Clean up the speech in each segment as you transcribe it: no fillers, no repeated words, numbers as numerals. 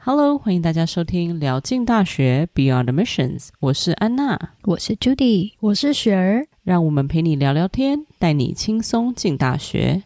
Hello， 欢迎大家收听聊进大学 Beyond Admissions， 我是安娜， 我是 Judy， 我是雪儿， 让我们陪你聊聊天，带你轻松进大学。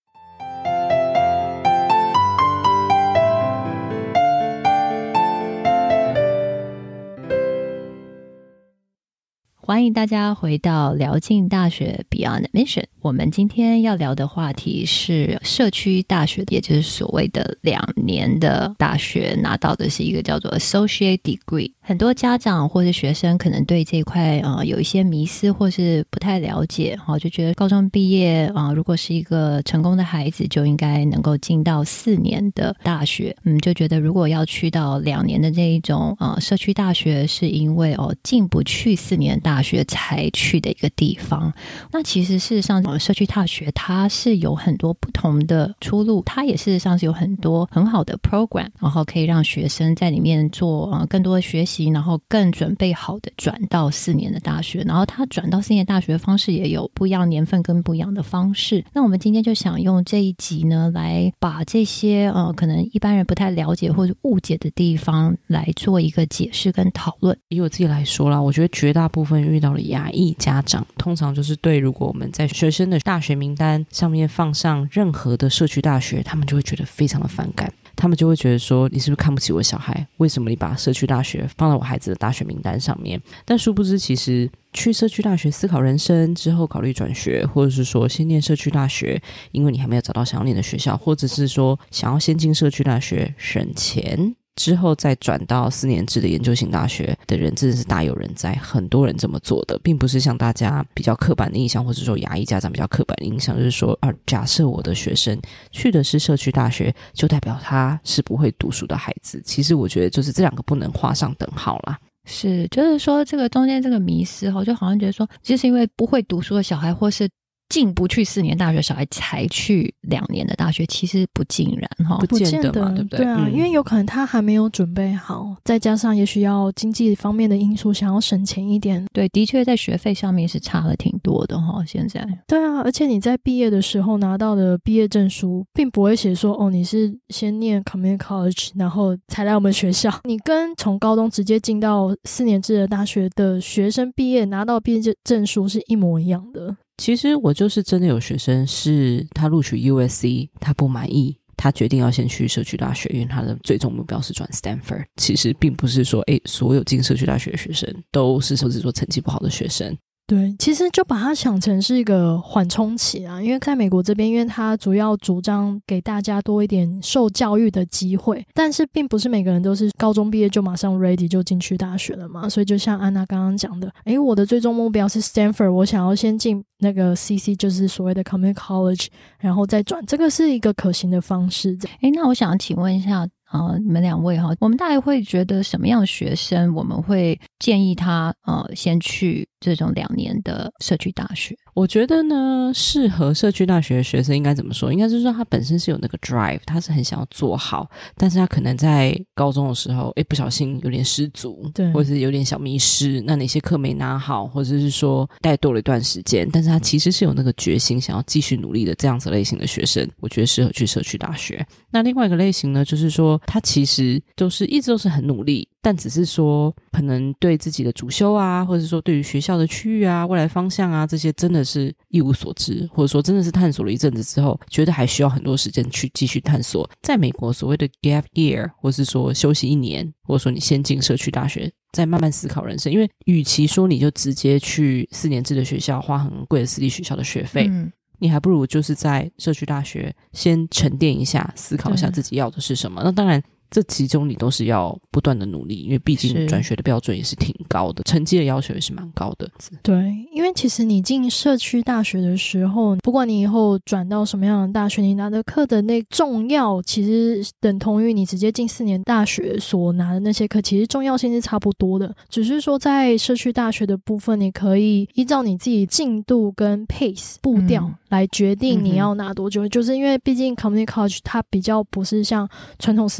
欢迎大家回到聊进大学 Beyond Admission。 我们今天要聊的话题是社区大学，也就是所谓的2年的大学，拿到的是一个叫做 Associate Degree。 很多家长或是学生可能对这一块有一些迷思或是不太了解，就觉得高中毕业如果是一个成功的孩子就应该能够进到4年的大学，就觉得如果要去到2年的这一种社区大学，是因为进不去4年大学才去的一个地方。那其实事实上社区大学它是有很多不同的出路，它也事实上是有很多很好的 program， 然后可以让学生在里面做更多的学习，然后更准备好的转到4年的大学。然后它转到4年大学的方式也有不一样年份跟不一样的方式。那我们今天就想用这一集呢，来把这些可能一般人不太了解或者误解的地方来做一个解释跟讨论。 以我自己来说啦，我觉得绝大部分遇到的亚裔家长通常就是对如果我们在学生的大学名单上面放上任何的社区大学，他们就会觉得非常的反感。他们就会觉得说，你是不是看不起我小孩？为什么你把社区大学放在我孩子的大学名单上面？但殊不知，其实去社区大学思考人生之后考虑转学，或者是说先念社区大学，因为你还没有找到想要念的学校，或者是说想要先进社区大学省钱之后再转到4年制的研究型大学的人真的是大有人在，很多人这么做的，并不是像大家比较刻板的印象，或者说亚裔家长比较刻板的印象，就是说假设我的学生去的是社区大学，就代表他是不会读书的孩子。其实我觉得就是这两个不能画上等号啦。 是，就是说这个中间这个迷思就好像觉得说，就是因为不会读书的小孩或是进不去4年大学小孩才去2年的大学，其实不尽然不见得嘛，对不对？ 对啊，因为有可能他还没有准备好，再加上也许要经济方面的因素，想要省钱一点。 对，的确在学费上面是差了挺多的现在。 对啊，而且你在毕业的时候拿到的毕业证书并不会写说你是先念 community college 然后才来我们学校，你跟从高中直接进到4年制的大学的学生毕业拿到毕业证书是一模一样的。 其实我就是真的有学生是他录取 USC 他不满意，他决定要先去社区大学，因为他的最终目标是转 Stanford。 其实并不是说所有进社区大学的学生都是甚至说成绩不好的学生。 对，其实就把它想成是一个缓冲期啊，因为在美国这边，因为它主要主张给大家多一点受教育的机会，但是并不是每个人都是高中毕业就马上 ready 就进去大学了嘛。所以就像安娜刚刚讲的，我的最终目标是 Stanford， 我想要先进那个 CC， 就是所谓的 community college， 然后再转，这个是一个可行的方式。 那我想请问一下你们2位我们大概会觉得什么样的学生我们会建议他先去这种2年的社区大学？ 我觉得呢，适合社区大学的学生应该怎么说？应该就是说他本身是有那个 drive， 他是很想要做好，但是他可能在高中的时候不小心有点失足，对，或者是有点小迷失，那哪些课没拿好，或者是说怠惰了一段时间，但是他其实是有那个决心想要继续努力的，这样子类型的学生我觉得适合去社区大学。那另外一个类型呢，就是说他其实一直都是很努力，但只是说可能对自己的主修啊，或者说对于学校的区域啊、未来方向啊，这些真的是一无所知，或者说真的是探索了一阵子之后觉得还需要很多时间去继续探索。在美国所谓的 gap year， 或是说休息1年，或者说你先进社区大学再慢慢思考人生，因为与其说你就直接去4年制的学校花很贵的私立学校的学费，你还不如就是在社区大学先沉淀一下，思考一下自己要的是什么。那当然这其中你都是要不断的努力，因为毕竟转学的标准也是挺高的，成绩的要求也是蛮高的。 对，因为其实你进社区大学的时候，不管你以后转到什么样的大学，你拿的课的那重要其实等同于你直接进4年大学所拿的那些课，其实重要性是差不多的，只是说在社区大学的部分，你可以依照你自己进度跟 pace 步调来决定你要拿多久，就是因为毕竟 community college 它比较不是像传统4年制的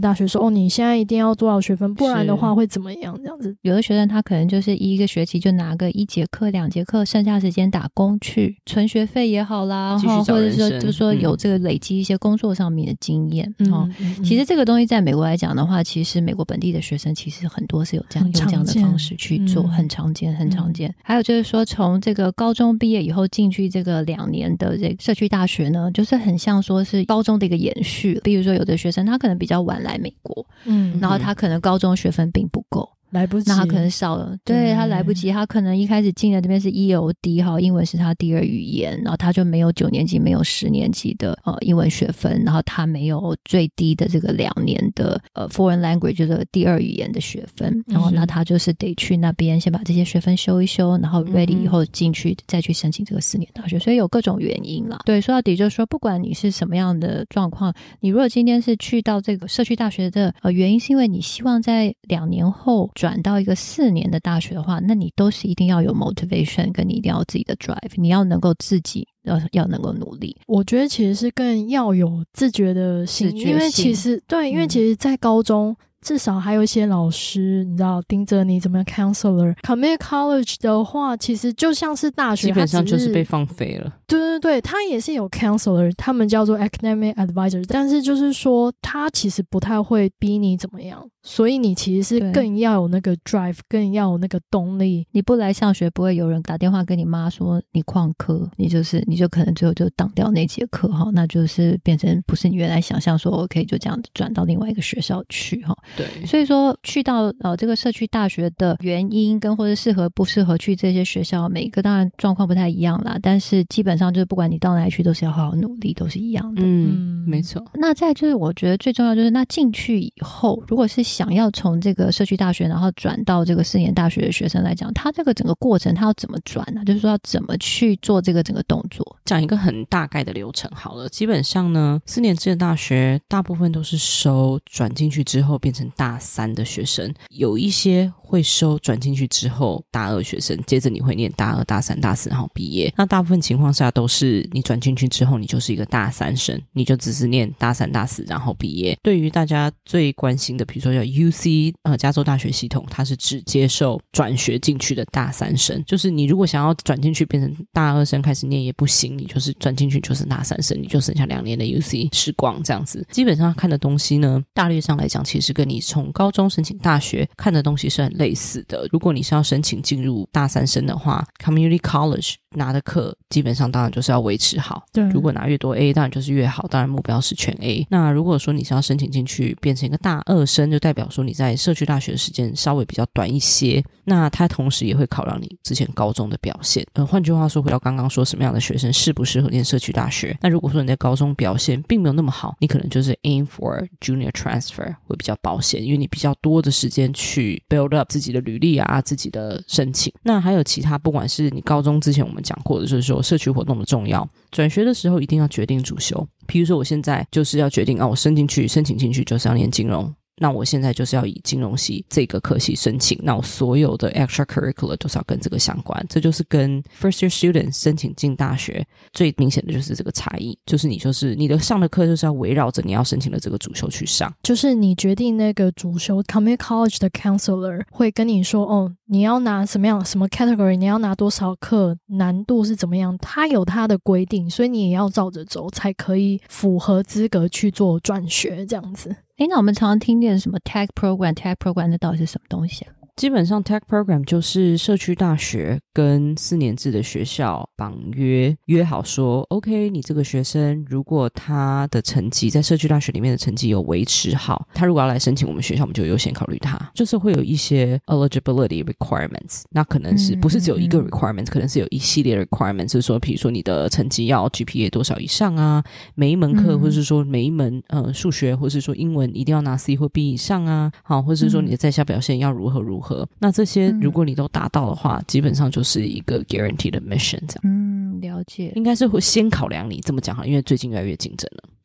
大学说你现在一定要多少学分，不然的话会怎么样这样子。 有的学生他可能就是一个学期就拿个1节课2节课，剩下时间打工去存学费也好啦，或者说就是说有这个累积一些工作上面的经验。其实这个东西在美国来讲的话，其实美国本地的学生其实很多是有用这样的方式去做，很常见。还有就是说从这个高中毕业以后进去这个2年的这个社区大学呢，就是很像说是高中的一个延续。比如说有的学生他可能比较晚来美国，然后他可能高中学分并不够， 来不及， 那他可能少了，对，他来不及，他可能一开始进来这边是 ELD 英文是他第2语言，然后他就没有9年级没有10年级的英文学分，然后他没有最低的这个2年的foreign language 就是第2语言的学分，然后那他就是得去那边先把这些学分修一修，然后 ready 以后进去再去申请这个4年大学，所以有各种原因啦。对，说到底就是说不管你是什么样的状况，你如果今天是去到这个社区大学的原因是因为你希望在2年后转到一个4年的大学的话，那你都是一定要有 motivation， 跟你一定要有自己的 drive， 你要能够自己要能够努力。 我觉得其实是更要有自觉的心，因为其实对，因为其实在高中至少还有一些老师你知道盯着你怎么样 counselor。 Community College 的话其实就像是大学， 基本上就是被放飞了。 对，他也是有 counselor， 他们叫做 academic advisor， 但是就是说他其实不太会逼你怎么样，所以你其实是更要有那个 drive， 更要有那个动力。 你不来上学不会有人打电话跟你妈说你旷课，你就可能最后就挡掉那节课，那就是变成不是你原来想象说我可以就这样子转到另外一个学校去。 对， 所以说去到这个社区大学的原因跟或者适合不适合去这些学校，每一个当然状况不太一样啦，但是基本上就是不管你到哪里去都是要好好努力，都是一样的。 没错。 那再就是我觉得最重要就是那进去以后，如果是想要从这个社区大学然后转到这个4年大学的学生来讲，他这个整个过程他要怎么转呢？就是说要怎么去做这个整个动作。 讲一个很大概的流程好了，基本上呢4年制的大学大部分都是收转进去之后变成大3的学生，有一些会收转进去之后大2学生，接着你会念大2大3大4然后毕业。那大部分情况下都是你转进去之后你就是一个大3生，你就只是念大3大4然后毕业。对于大家最关心的比如说叫 UC 加州大学系统，它是只接受转学进去的大3生，就是你如果想要转进去变成大2生开始念也不行，你就是转进去就是大3生，你就剩下2年的 UC 时光这样子。基本上看的东西呢大略上来讲其实跟你从高中申请大学看的东西是很类似的。如果你是要申请进入大3生的话， Community College 拿的课基本上当然就是要维持好，对，如果拿越多 A 当然就是越好，当然目标是全 A。 那如果说你是要申请进去变成一个大2生，就代表说你在社区大学的时间稍微比较短一些，那它同时也会考量你之前高中的表现。换句话说，回到刚刚说什么样的学生适不适合念社区大学，那如果说你在高中表现并没有那么好，你可能就是 aim for junior transfer 会比较保险，因为你比较多的时间去 build up 自己的履历啊，自己的申请。那还有其他不管是你高中之前我们讲过的就是说社区活动的重要，转学的时候一定要决定主修。譬如说我现在就是要决定我申请进去就是要念金融，那我现在就是要以金融系这个科系申请，那我所有的 extracurricular 都是要跟这个相关。这就是跟 first year student 申请进大学最明显的就是这个差异，就是你的上的课就是要围绕着你要申请的这个主修去上， 就是你决定那个主修 Community College 的 counselor 会跟你说你要拿什么 category， 你要拿多少课，难度是怎么样，他有他的规定，所以你也要照着走才可以符合资格去做转学这样子。 那我们常常听见什么 tag program 那到底是什么东西啊？ 基本上 tech program 就是社区大学跟4年制的学校绑约好说 OK， 你这个学生如果他的成绩在社区大学里面的成绩有维持好，他如果要来申请我们学校，我们就优先考虑他。就是会有一些 eligibility requirements， 那可能是不是只有一个 requirement， 可能是有一系列 requirements， 就是说比如说你的成绩要 GPA 多少以上啊，每一门课或是说每一门数学或是说英文一定要拿 C 或 B 以上啊，好，或是说你的在校表现要如何，那这些如果你都达到的话，基本上就是一个 guaranteed admission 这样。 了解。 应该是会先考量你这么讲，因为最近越来越竞争了。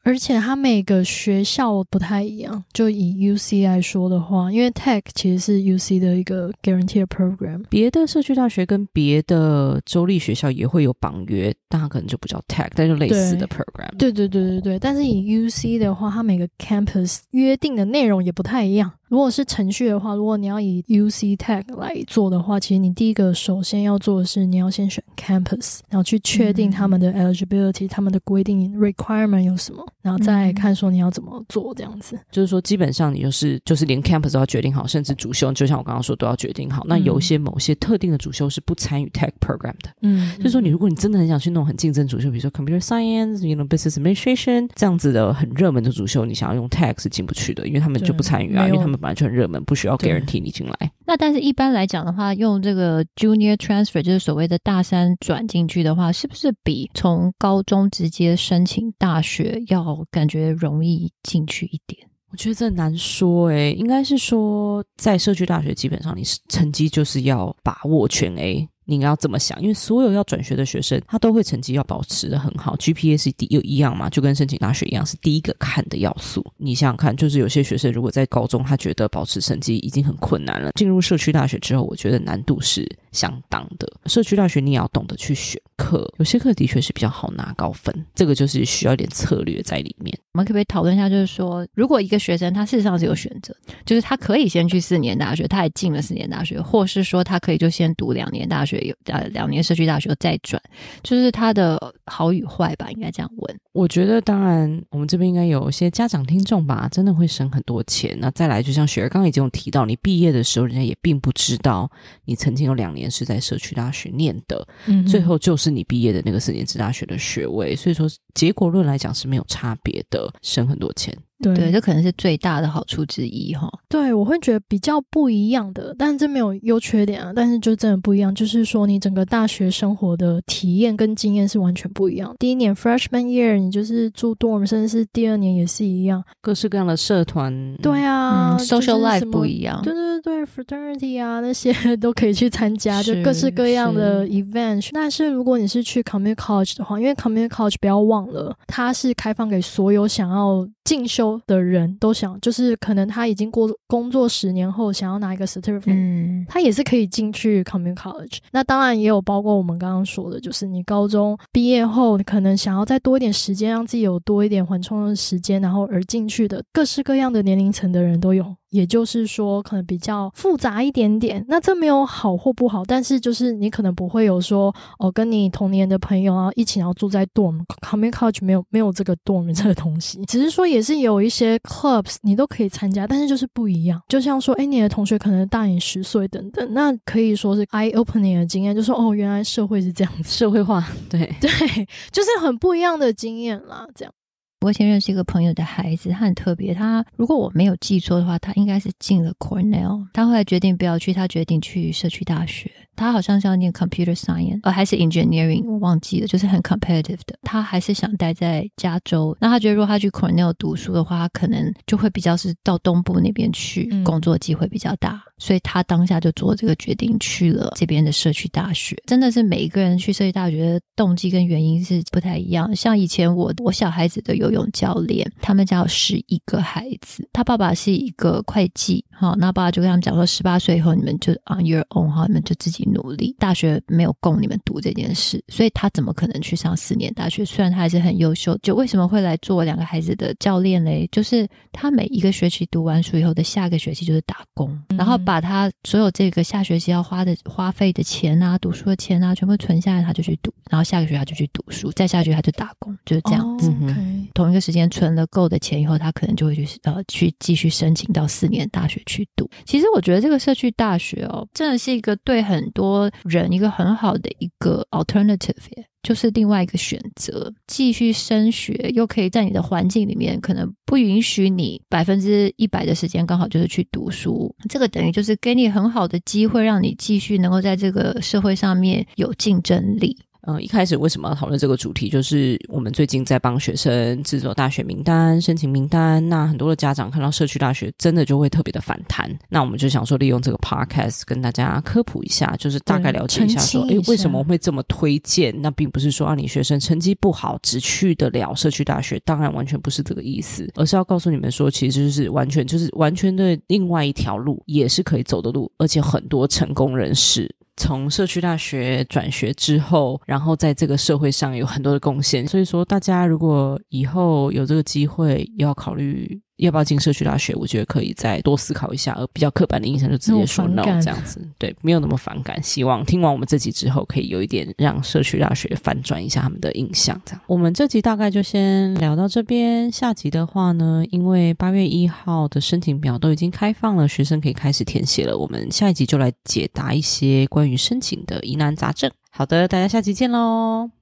而且它每个学校不太一样，就以 UC 来说的话，因为 Tech 其实是 UC 的一个 guaranteed program， 别的社区大学跟别的州立学校也会有绑约，但它可能就不叫 Tech， 但就类似的 program。 对，但是以 UC 的话，它每个 campus 约定的内容也不太一样。如果是程序的话，如果你要以 UC Tech 来做的话，其实你第一个首先要做的是你要先选 campus， 然后去确定他们的 eligibility， 他们的规定 requirement 有什么，然后再看说你要怎么做这样子。 就是说基本上你就是连 campus 都要决定好，甚至主修就像我刚刚说都要决定好。那有一些某些特定的主修是不参与 Tech program 的，就是说如果你真的很想去那种很竞争主修，比如说 computer science business administration 这样子的很热门的主修，你想要用 Tech 是进不去的，因为他们就不参与啊，因为他们本来就很热门，不需要 guarantee 你进来。 那但是一般来讲的话，用这个 junior transfer 就是所谓的大三转进去的话，是不是比从高中直接申请大学要感觉容易进去一点？ 我觉得这难说应该是说在社区大学基本上你成绩就是要把握全 A，你应该要这么想，因为所有要转学的学生他都会成绩要保持得很好， GPA 是又一样嘛，就跟申请大学一样是第一个看的要素。你想想看，就是有些学生如果在高中他觉得保持成绩已经很困难了，进入社区大学之后我觉得难度是相当的。社区大学你也要懂得去选课，有些课的确是比较好拿高分，这个就是需要一点策略在里面。 我们可不可以讨论一下，就是说如果一个学生他事实上是有选择，就是他可以先去4年大学，他也进了4年大学，或是说他可以就先读2年大学2年社区大学再转，就是他的好与坏吧，应该这样问。 我觉得当然我们这边应该有一些家长听众吧，真的会省很多钱。那再来就像雪儿刚刚已经有提到，你毕业的时候人家也并不知道你曾经有2年是在社区大学念的，最后就是你毕业的那个4年制大学的学位，所以说结果论来讲是没有差别的，省很多钱。 对，这可能是最大的好处之一齁。 对，我会觉得比较不一样的，但是这没有优缺点啊，但是就真的不一样，就是说你整个大学生活的体验跟经验是完全不一样。第一年 freshman year 你就是住 dorm， 甚至是第2年也是一样， 各式各样的社团。 对啊 social life 不一样。 对 fraternity 啊那些都可以去参加，就各式各样的 event。 但是如果你是去 community college 的话，因为 community college 不要忘了它是开放给所有想要进修的人都想，就是可能他已经工作10年后想要拿一个 certificate，他也是可以进去 community college。 那当然也有包括我们刚刚说的，就是你高中毕业后可能想要再多一点时间，让自己有多一点缓冲的时间，然后而进去的各式各样的年龄层的人都有，也就是说可能比较复杂一点点。那这没有好或不好，但是就是你可能不会有说跟你同年的朋友啊一起然后住在 dorm， community college 没有这个 dorm 这个东西，只是说也是有一些 clubs 你都可以参加，但是就是不一样。就像说你的同学可能大你10岁等等，那可以说是 eye opening 的经验，就说原来社会是这样子， 社会化。对， 就是很不一样的经验啦这样。 我以前认识一个朋友的孩子，他很特别，他如果我没有记错的话，他应该是进了 Cornell， 他后来决定不要去，他决定去社区大学。他好像是要念 computer science 还是 engineering 我忘记了，就是很 competitive 的。他还是想待在加州，那他觉得如果他去 Cornell 读书的话，他可能就会比较是到东部那边去，工作机会比较大，所以他当下就做这个决定去了这边的社区大学。真的是每一个人去社区大学的动机跟原因是不太一样。像以前我小孩子的游泳教练，他们家有11个孩子，他爸爸是一个会计，那爸爸就跟他们讲说18岁以后你们就 on your own， 你们就自己努力，大学没有供你们读这件事，所以他怎么可能去上4年大学？虽然他还是很优秀，就为什么会来做2个孩子的教练嘞？就是他每一个学期读完书以后的下个学期就是打工，然后把他所有这个下学期要花费的钱啊，读书的钱啊全部存下来，他就去读，然后下个学期他就去读书，再下个学期他就打工，就是这样子。同一个时间存了够的钱以后，他可能就会去继续申请到4年大学去读。其实我觉得这个社区大学真的是一个对很多人一个很好的一个 alternative， 就是另外一个选择，继续升学又可以在你的环境里面可能不允许你100%的时间刚好就是去读书，这个等于就是给你很好的机会，让你继续能够在这个社会上面有竞争力。 一开始为什么要讨论这个主题，就是我们最近在帮学生制作大学名单、申请名单，那很多的家长看到社区大学真的就会特别的反弹，那我们就想说利用这个 podcast 跟大家科普一下，就是大概了解一下说为什么会这么推荐，那并不是说你学生成绩不好只去得了社区大学，当然完全不是这个意思，而是要告诉你们说其实就是完全的另外一条路，也是可以走的路，而且很多成功人士从社区大学转学之后，然后在这个社会上有很多的贡献，所以说大家如果以后有这个机会要考虑要不要进社区大学，我觉得可以再多思考一下，而比较刻板的印象就直接说 no 这样子，对，没有那么反感。希望听完我们这集之后可以有一点让社区大学反转一下他们的印象这样。我们这集大概就先聊到这边，下集的话呢，因为8月1号的申请表都已经开放了，学生可以开始填写了，我们下一集就来解答一些关于申请的疑难杂症。好的，大家下集见咯。